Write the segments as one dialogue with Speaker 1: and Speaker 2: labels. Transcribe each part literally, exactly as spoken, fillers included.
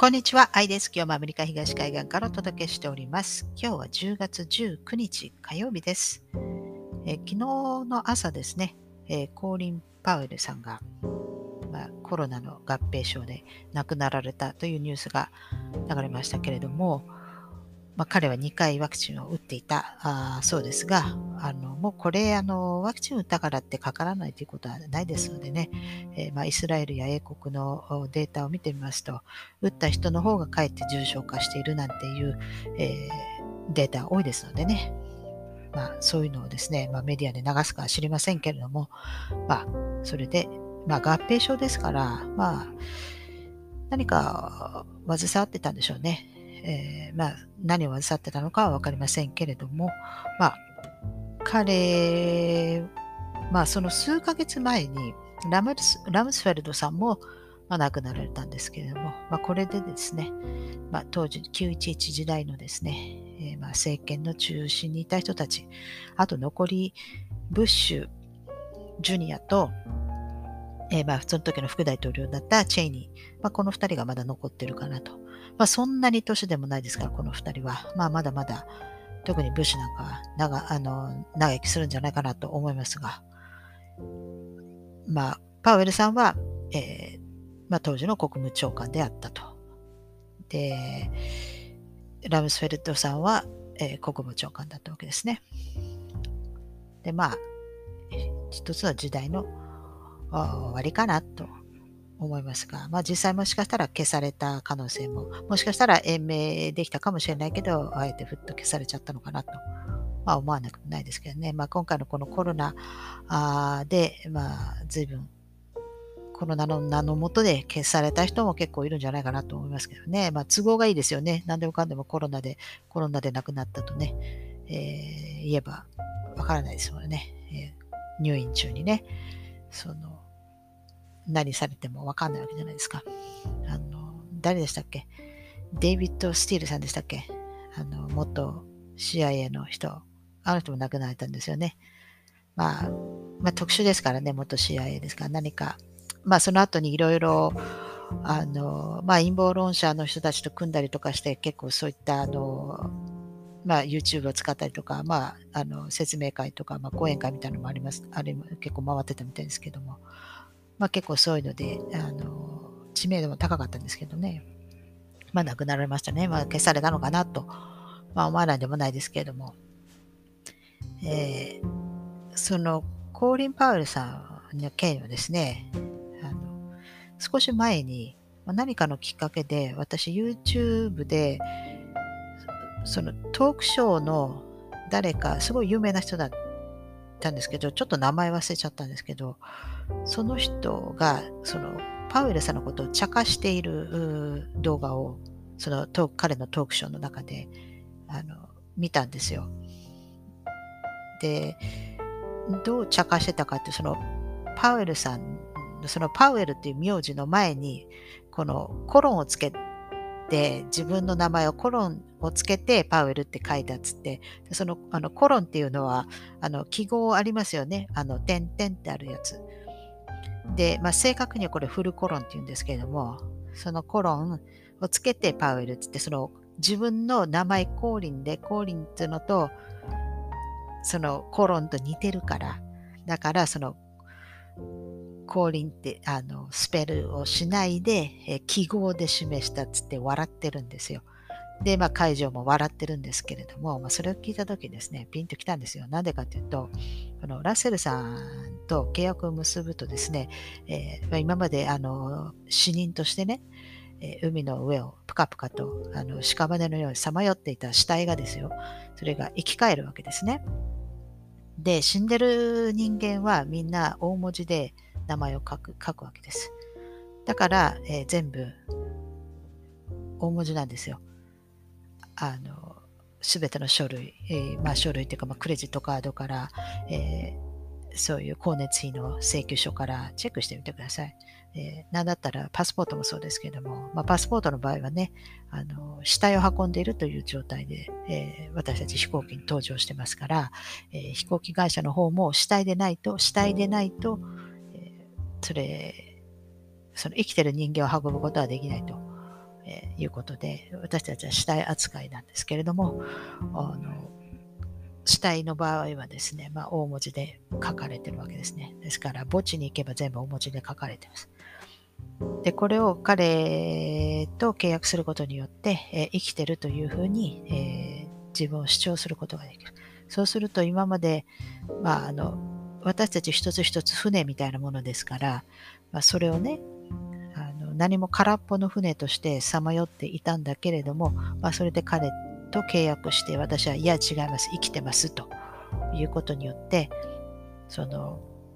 Speaker 1: こんにちは、アイです。今日もアメリカ東海岸からお届けしております。今日はじゅうがつじゅうくにち火曜日です。えー昨日の朝ですね、えーコーリン・パウエルさんが、まあ、コロナの合併症で亡くなられたというニュースが流れましたけれども、まあ、彼はにかいワクチンを打っていたあーそうですが、あのもうこれあのワクチンを打ったからってかからないということはないですのでね、えーまあ、イスラエルや英国のおデータを見てみますと、打った人の方がかえって重症化しているなんていう、えーデータ多いですのでね、まあ、そういうのをですね、まあ、メディアで流すかは知りませんけれども、まあ、それで、まあ、合併症ですから、まあ、何か携わってたんでしょうね。えーまあ、何を携わってたのかは分かりませんけれども、まあ、彼、まあ、その数ヶ月前にラムスラムスフェルドさんも、まあ、亡くなられたんですけれども、まあ、これでですね、まあ、当時きゅういちいち時代のですね、えーまあ、政権の中心にいた人たち、あと残りブッシュジュニアと、えーまあ、その時の副大統領だったチェイニー、まあ、このふたりがまだ残ってるかなと。まあ、そんなに年でもないですから、このふたりは。まあ、まだまだ、特にブッシュなんかは長あの長生きするんじゃないかなと思いますが、まあ、パウエルさんは、えーまあ、当時の国務長官であったと。で、ラムスフェルトさんは、えー国務長官だったわけですね。で、まあ、一つの時代のあ終わりかなと思いますが、まあ実際もしかしたら消された可能性も、もしかしたら延命できたかもしれないけど、あえてふっと消されちゃったのかなと、まあ、思わなくもないですけどね。まあ今回のこのコロナあーで、まあ随分コロナの名の下で消された人も結構いるんじゃないかなと思いますけどね。まあ都合がいいですよね。何でもかんでもコロナで、コロナで亡くなったとね、えー言えばわからないですもんね。えー入院中にね、その、何されてもわかんないわけじゃないですか。あの、誰でしたっけ？デイビッド・スティールさんでしたっけ？あの、元 シーアイエー の人。あの人も亡くなられたんですよね。まあ、まあ、特殊ですからね、元 シーアイエー ですから、何か、まあ、その後にいろいろ、あの、まあ、陰謀論者の人たちと組んだりとかして、結構そういった、あの、まあ、YouTube を使ったりとか、まあ、あの、説明会とか、まあ、講演会みたいなのもあります。あれも結構回ってたみたいですけども、まあ、結構そういうので、あの、知名度も高かったんですけどね。まあ、亡くなられましたね。まあ、消されたのかなと、まあ、思わないでもないですけれども、えーその、コーリン・パウエルさんの件はですね、あの、少し前に、まあ何かのきっかけで、私 YouTube で、そのトークショーの誰か、すごい有名な人だったんですけど、ちょっと名前忘れちゃったんですけど、その人が、その、パウエルさんのことを茶化しているうー動画を、そのトーク彼のトークショーの中で、あの、見たんですよ。で、どう茶化してたかって、その、パウエルさんの、そのパウエルっていう名字の前に、このコロンをつけて、自分の名前をコロンをつけてパウエルって書いたっつって、でそのあのコロンっていうのは、あの記号ありますよね。あの、点々ってあるやつ。で、まあ、正確にはこれフルコロンって言うんですけれども、そのコロンをつけてパウエルっつって、その自分の名前コーリンで、コーリンっていうのと、そのコロンと似てるから、だからそのコーリンってあのスペルをしないで、え記号で示したっつって笑ってるんですよ。で、まあ、会場も笑ってるんですけれども、まあ、それを聞いたときですね、ピンときたんですよ。なんでかというと、このラッセルさんと契約を結ぶとですね、えーまあ、今まであの死人としてね、えー海の上をぷかぷかとあの屍のようにさまよっていた死体がですよ、それが生き返るわけですね。で、死んでる人間はみんな大文字で名前を書く書くわけです。だから、えー全部大文字なんですよ。あの、すべての書類、えーまあ、書類というか、まあ、クレジットカードから、えーそういう光熱費の請求書からチェックしてみてください。えー、なんだったらパスポートもそうですけれども、まあ、パスポートの場合はね、あの死体を運んでいるという状態で、えー私たち飛行機に搭乗してますから、えー飛行機会社の方も死体でないと、死体でないと、えーそれ、その生きてる人間を運ぶことはできないと。 えーいうことで、私たちは死体扱いなんですけれども、あの死体の場合はですね、まあ、大文字で書かれてるわけですね。ですから墓地に行けば全部大文字で書かれています。で、これを彼と契約することによって、えー生きてるというふうに、えー自分を主張することができる。そうすると今まで、まあ、あの私たち一つ一つ船みたいなものですから、まあ、それをね、あの何も空っぽの船としてさまよっていたんだけれども、まあ、それで彼と契約して、私はいや違います、生きてますということによって、その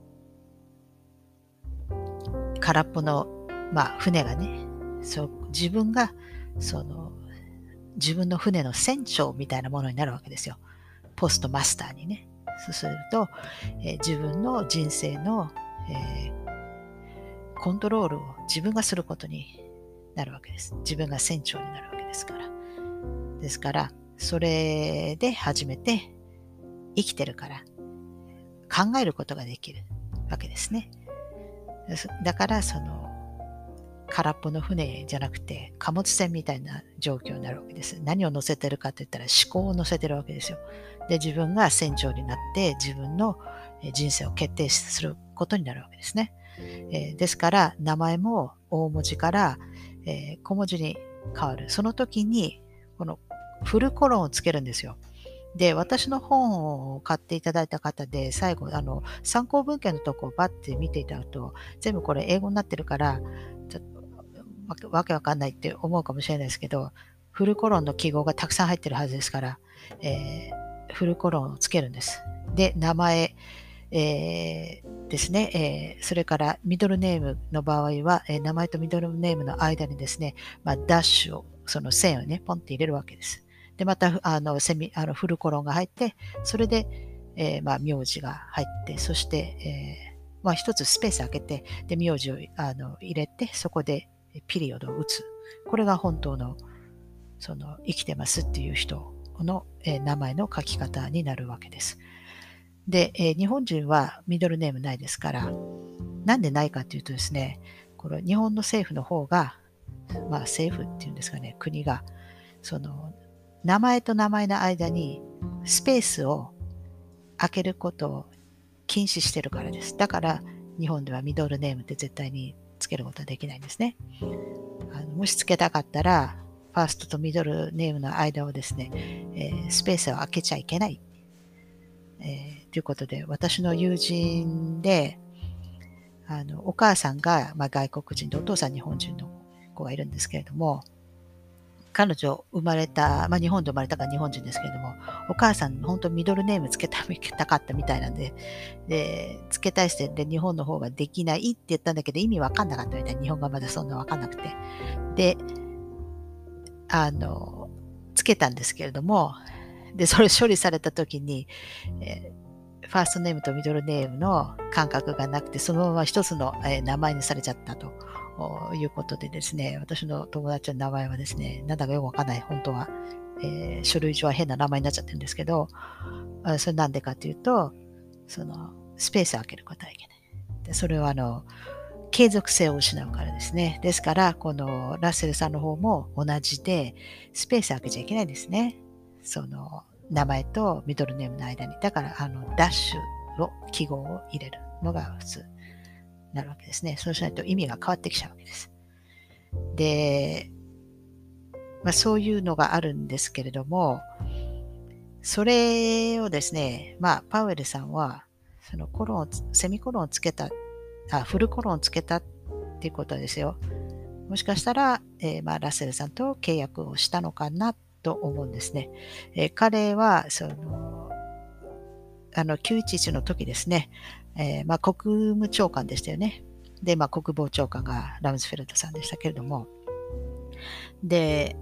Speaker 1: 空っぽの、まあ、船がね、そう自分がその自分の船の船長みたいなものになるわけですよ。ポストマスターにね。そうすると、えー自分の人生の、えーコントロールを自分がすることになるわけです。自分が船長になるわけですから。ですから、それで初めて生きてるから考えることができるわけですね。ですだから、その空っぽの船じゃなくて貨物船みたいな状況になるわけです。何を乗せてるかといったら思考を乗せてるわけですよ。で、自分が船長になって自分のえー人生を決定することになるわけですね。えーですから名前も大文字から、えー小文字に変わる。その時にこのフルコロンをつけるんですよ。で、私の本を買っていただいた方で、最後、あの、参考文献のとこをバッて見ていただくと、全部これ英語になってるから、ちょっとわけわけわかんないって思うかもしれないですけど、フルコロンの記号がたくさん入ってるはずですから、えーフルコロンをつけるんです。で、名前、えーですね、えーそれからミドルネームの場合は、えー名前とミドルネームの間にですね、まあ、ダッシュを、その線をね、ポンって入れるわけです。で、また、あの、セミ、あのフルコロンが入って、それで、えーまあ、名字が入って、そして、えーまあ、一つスペース開けて、で、名字をあの入れて、そこでピリオドを打つ。これが本当の、その、生きてますっていう人の、えー名前の書き方になるわけです。で、えー日本人はミドルネームないですから、なんでないかっていうとですね、これ日本の政府の方が、まあ政府っていうんですかね、国が、その、名前と名前の間にスペースを開けることを禁止してるからです。だから日本ではミドルネームって絶対につけることはできないんですね。あのもしつけたかったら、ファーストとミドルネームの間をですね、えースペースを開けちゃいけない。えーということで、私の友人で、あのお母さんが、まあ、外国人でお父さん日本人の子がいるんですけれども、彼女生まれた、まあ、日本で生まれたから日本人ですけれども、お母さん本当ミドルネームつけたたかったみたいなんで、で、つけたいしてで日本の方ができないって言ったんだけど意味わかんなかったみたい。日本がまだそんなわかんなくて。で、あの、つけたんですけれども、で、それ処理された時に、えーファーストネームとミドルネームの感覚がなくて、そのまま一つの、えー名前にされちゃったということでですね、私の友達の名前はですね、なんだかよくわかんない、本当は、えー書類上は変な名前になっちゃってるんですけど、あそれなんでかというと、そのスペースを開けることはいけない。でそれはあの継続性を失うからですね。ですから、このラッセルさんの方も同じで、スペース開けちゃいけないんですね。その名前とミドルネームの間に。だから、あの、ダッシュを、記号を入れるのが普通になるわけですね。そうしないと意味が変わってきちゃうわけです。で、まあ、そういうのがあるんですけれども、それをですね、まあ、パウエルさんは、そのコロンを、セミコロンをつけた、あ、フルコロンをつけたっていうことですよ。もしかしたら、えーまあ、ラッセルさんと契約をしたのかなと思うんですね。えー彼は、その、あの、きゅういちいちの時ですね、えーまあ、国務長官でしたよね。で、まあ、国防長官がラムズフェルトさんでしたけれども、で、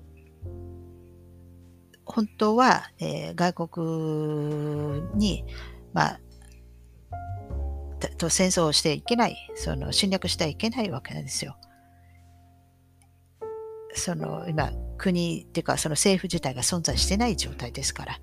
Speaker 1: 本当は、えー外国に、まあ、と戦争をしていけない、その侵略してはいけないわけなんですよ。その今、国っていうか、その政府自体が存在してない状態ですから。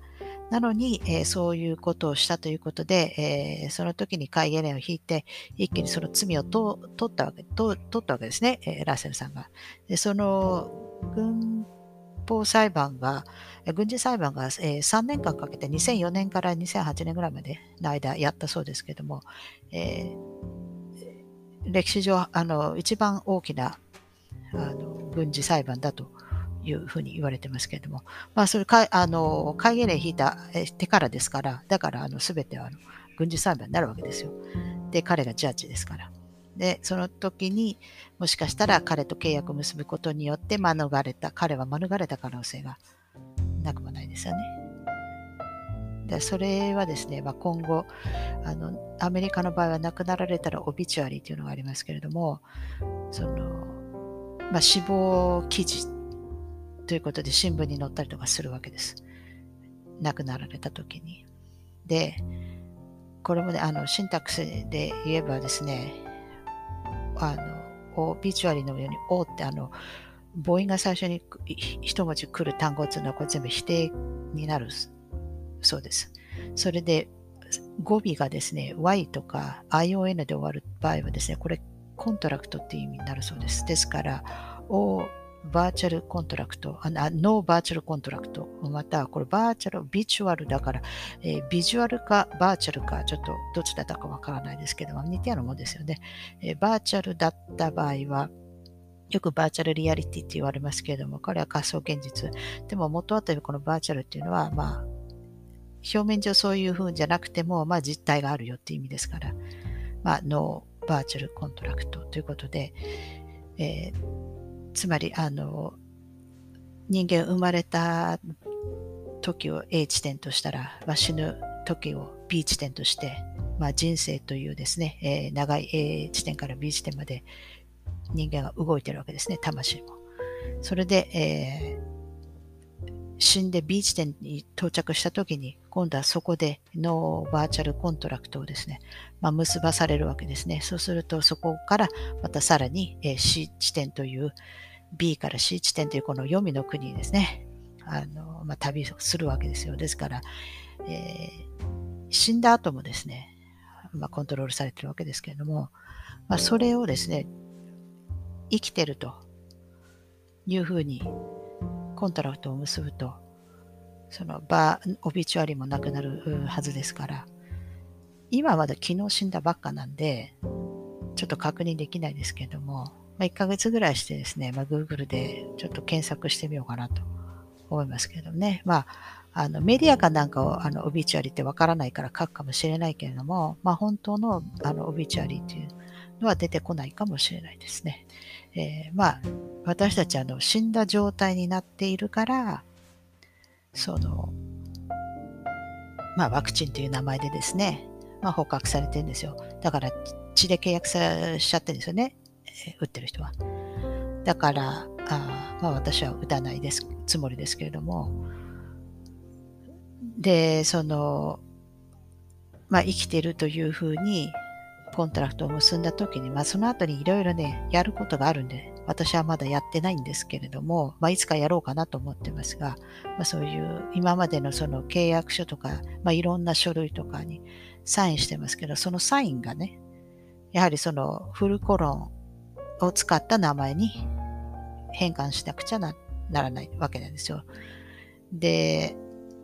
Speaker 1: なのに、えーそういうことをしたということで、えーその時に戒厳令を引いて、一気にその罪をと取ったわけ、と取ったわけですね、えーラッセルさんが。で、その軍法裁判が、えー軍事裁判が、えーさんねんかんかけてにせんよねんからにせんはちねんぐらいまでの間やったそうですけども、えー歴史上あの一番大きなあの軍事裁判だというふうに言われてますけれども、まあ、それかあの戒厳令引いたえてからですから、だからあの全てはあの軍事裁判になるわけですよ。で、彼がジャッジですから。で、その時にもしかしたら彼と契約を結ぶことによって免れた、彼は免れた可能性がなくもないですよね。で、それはですね、まあ、今後あの、アメリカの場合は亡くなられたらオビチュアリーというのがありますけれども、その、まあ、死亡記事ということで新聞に載ったりとかするわけです。亡くなられた時に。で、これもね、あの、シンタックスで言えばですね、あの、オビチュアリーのように、O ってあの、母音が最初に一文字来る単語っていうのはこれ全部否定になるそうです。それで語尾がですね、Y とか アイオーエヌ で終わる場合はですね、これコントラクトっていう意味になるそうです。ですから、O バーチャルコントラクト、あノーバーチャルコントラクト、またはこれバーチャル、ビジュアルだから、えービジュアルかバーチャルか、ちょっとどっちだったかわからないですけども、似たようなもんですよね。えーバーチャルだった場合は、よくバーチャルリアリティって言われますけれども、これは仮想現実。でも元はというこのバーチャルっていうのは、まあ、表面上そういう風じゃなくても、まあ実態があるよっていう意味ですから、まあ、ノーバーチャルコントラクトということで、えーつまり、あの、人間生まれた時を A 地点としたら、まあ、死ぬ時を B 地点として、まあ、人生というですね、えー長い A 地点から B 地点まで人間が動いてるわけですね、魂も。それで、えー死んで B 地点に到着した時に、今度はそこでノーバーチャルコントラクトをですね、まあ、結ばされるわけですね。そうすると、そこからまたさらに C 地点という、B から C 地点というこの黄泉の国にですね、あの、まあ、旅をするわけですよ。ですから、えー死んだ後もですね、まあ、コントロールされてるわけですけれども、まあ、それをですね、生きてるというふうにコントラクトを結ぶと、そのバー、オビチュアリもなくなるはずですから、今はまだ昨日死んだばっかなんで、ちょっと確認できないですけれども、まあ、いっかげつぐらいしてですね、まあ、Google でちょっと検索してみようかなと思いますけどね。まあ、あのメディアかなんかをあのオビチュアリってわからないから書くかもしれないけれども、まあ、本当のあのオビチュアリというのは出てこないかもしれないですね。えー、まあ、私たちはあの死んだ状態になっているから、その、まあ、ワクチンという名前でですね、まあ、捕獲されてるんですよ。だから血で契約さしちゃってるんですよね、えー打ってる人は。だから、あまあ、私は打たないですつもりですけれども、で、その、まあ、生きているというふうにコントラクトを結んだ時に、まあ、その後にいろいろね、やることがあるんで、私はまだやってないんですけれども、まあ、いつかやろうかなと思ってますが、まあ、そういう今までのその契約書とか、まあ、いろんな書類とかにサインしてますけど、そのサインがね、やはりそのフルコロンを使った名前に変換しなくちゃなならないわけなんですよ。で、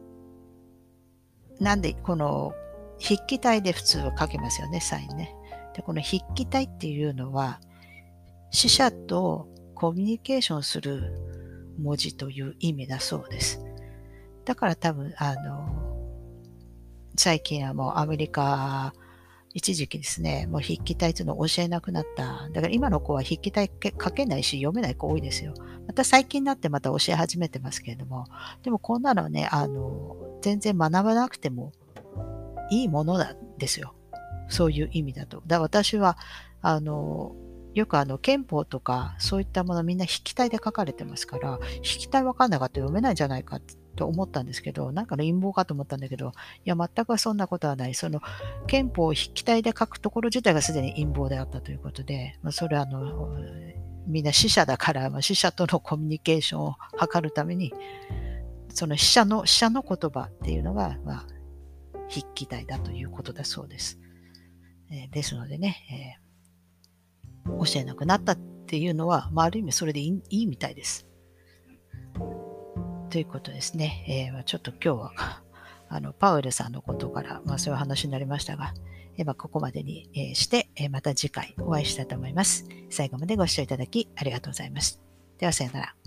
Speaker 1: なんでこの筆記体で普通は書けますよね、サインね。で、この筆記体っていうのは、死者とコミュニケーションする文字という意味だそうです。だから多分、あの、最近はもうアメリカ、一時期ですね、もう筆記体というのを教えなくなった。だから今の子は筆記体書けないし読めない子多いですよ。また最近になってまた教え始めてますけれども、でもこんなのはね、あの、全然学ばなくてもいいものなんですよ。そういう意味だと。だから私は、あの、よくあの憲法とかそういったものみんな筆記体で書かれてますから、筆記体わかんなかったら読めないんじゃないかと思ったんですけど、なんかの陰謀かと思ったんだけど、いや、全くそんなことはない。その憲法を筆記体で書くところ自体がすでに陰謀であったということで、まあ、それはあの、みんな死者だから、まあ、死者とのコミュニケーションを図るために、 その死者の死者の言葉っていうのが、まあ、筆記体だということだそうです。えー、ですのでね、えー、教えなくなったっていうのは、まあ、ある意味それでいい、いいみたいです。ということですね。えー、ちょっと今日はあのパウエルさんのことから、まあ、そういう話になりましたが、えー、まあ、ここまでに、えー、して、えー、また次回お会いしたいと思います。最後までご視聴いただきありがとうございます。ではさようなら。